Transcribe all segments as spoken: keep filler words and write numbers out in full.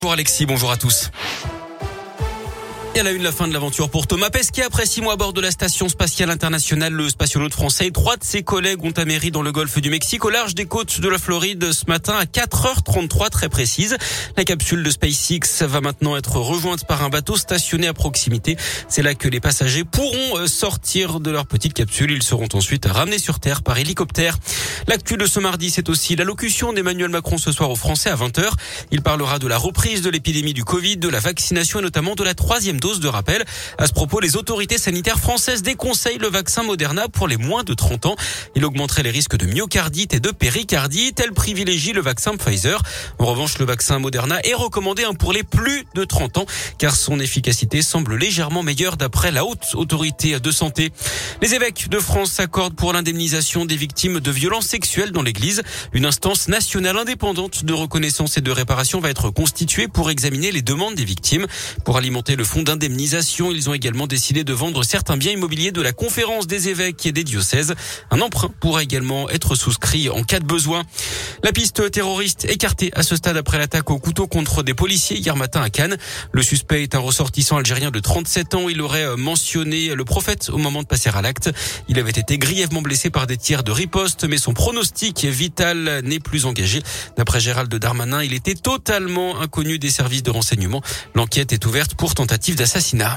Bonjour Alexis, bonjour à tous. Et à la une, la fin de l'aventure pour Thomas Pesquet. Après six mois à bord de la station spatiale internationale, le spationaute français et trois de ses collègues ont atterri dans le golfe du Mexique, au large des côtes de la Floride, ce matin à quatre heures trente-trois, très précise. La capsule de SpaceX va maintenant être rejointe par un bateau stationné à proximité. C'est là que les passagers pourront sortir de leur petite capsule. Ils seront ensuite ramenés sur Terre par hélicoptère. L'actu de ce mardi, c'est aussi l'allocution d'Emmanuel Macron ce soir aux Français à vingt heures. Il parlera de la reprise de l'épidémie du Covid, de la vaccination et notamment de la troisième dose de rappel. À ce propos, les autorités sanitaires françaises déconseillent le vaccin Moderna pour les moins de trente ans. Il augmenterait les risques de myocardite et de péricardite. Elle privilégie le vaccin Pfizer. En revanche, le vaccin Moderna est recommandé pour les plus de trente ans car son efficacité semble légèrement meilleure d'après la haute autorité de santé. Les évêques de France s'accordent pour l'indemnisation des victimes de violences sexuelles dans l'église. Une instance nationale indépendante de reconnaissance et de réparation va être constituée pour examiner les demandes des victimes. Pour alimenter le fonds d'indemnisation, ils ont également décidé de vendre certains biens immobiliers de la conférence des évêques et des diocèses. Un emprunt pourra également être souscrit en cas de besoin. La piste terroriste écartée à ce stade après l'attaque au couteau contre des policiers hier matin à Cannes. Le suspect est un ressortissant algérien de trente-sept ans. Il aurait mentionné le prophète au moment de passer à l'acte. Il avait été grièvement blessé par des tirs de riposte, mais son pronostic vital n'est plus engagé. D'après Gérald Darmanin, il était totalement inconnu des services de renseignement. L'enquête est ouverte pour tentative d'assassinat.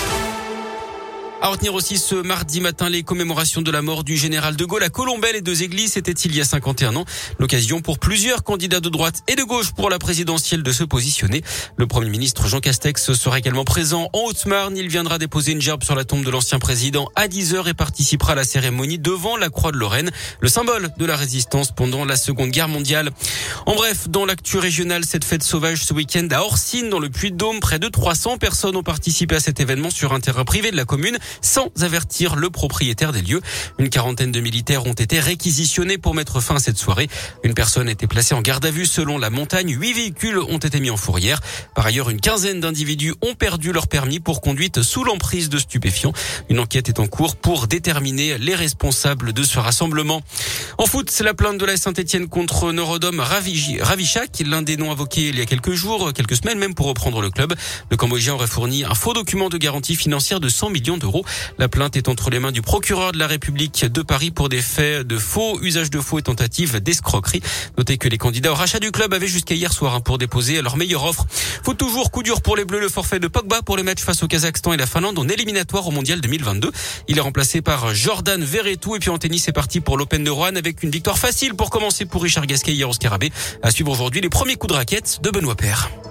À retenir aussi ce mardi matin les commémorations de la mort du général de Gaulle à Colombelles et deux églises. C'était il y a cinquante et un ans. L'occasion pour plusieurs candidats de droite et de gauche pour la présidentielle de se positionner. Le Premier ministre Jean Castex sera également présent en Haute-Marne. Il viendra déposer une gerbe sur la tombe de l'ancien président à dix heures et participera à la cérémonie devant la Croix de Lorraine, le symbole de la résistance pendant la Seconde Guerre mondiale. En bref, dans l'actu régionale, cette fête sauvage ce week-end à Orsine, dans le Puy-de-Dôme, près de trois cents personnes ont participé à cet événement sur un terrain privé de la commune, sans avertir le propriétaire des lieux. Une quarantaine de militaires ont été réquisitionnés pour mettre fin à cette soirée. Une personne a été placée en garde à vue selon la montagne. Huit véhicules ont été mis en fourrière. Par ailleurs, une quinzaine d'individus ont perdu leur permis pour conduite sous l'emprise de stupéfiants. Une enquête est en cours pour déterminer les responsables de ce rassemblement. En foot, c'est la plainte de la Saint-Etienne contre Norodom Ravichak, l'un des noms invoqués il y a quelques jours, quelques semaines même pour reprendre le club. Le Cambodgien aurait fourni un faux document de garantie financière de cent millions d'euros. La plainte est entre les mains du procureur de la République de Paris pour des faits de faux, usage de faux et tentative d'escroquerie. Notez que les candidats au rachat du club avaient jusqu'à hier soir pour déposer leur meilleure offre. Faut toujours coup dur pour les Bleus, le forfait de Pogba pour les matchs face au Kazakhstan et la Finlande en éliminatoire au Mondial deux mille vingt-deux. Il est remplacé par Jordan Verretou. Et puis en tennis, c'est parti pour l'Open de Roanne avec une victoire facile pour commencer pour Richard Gasquet hier au Scarabée. À suivre aujourd'hui les premiers coups de raquette de Benoît Paire.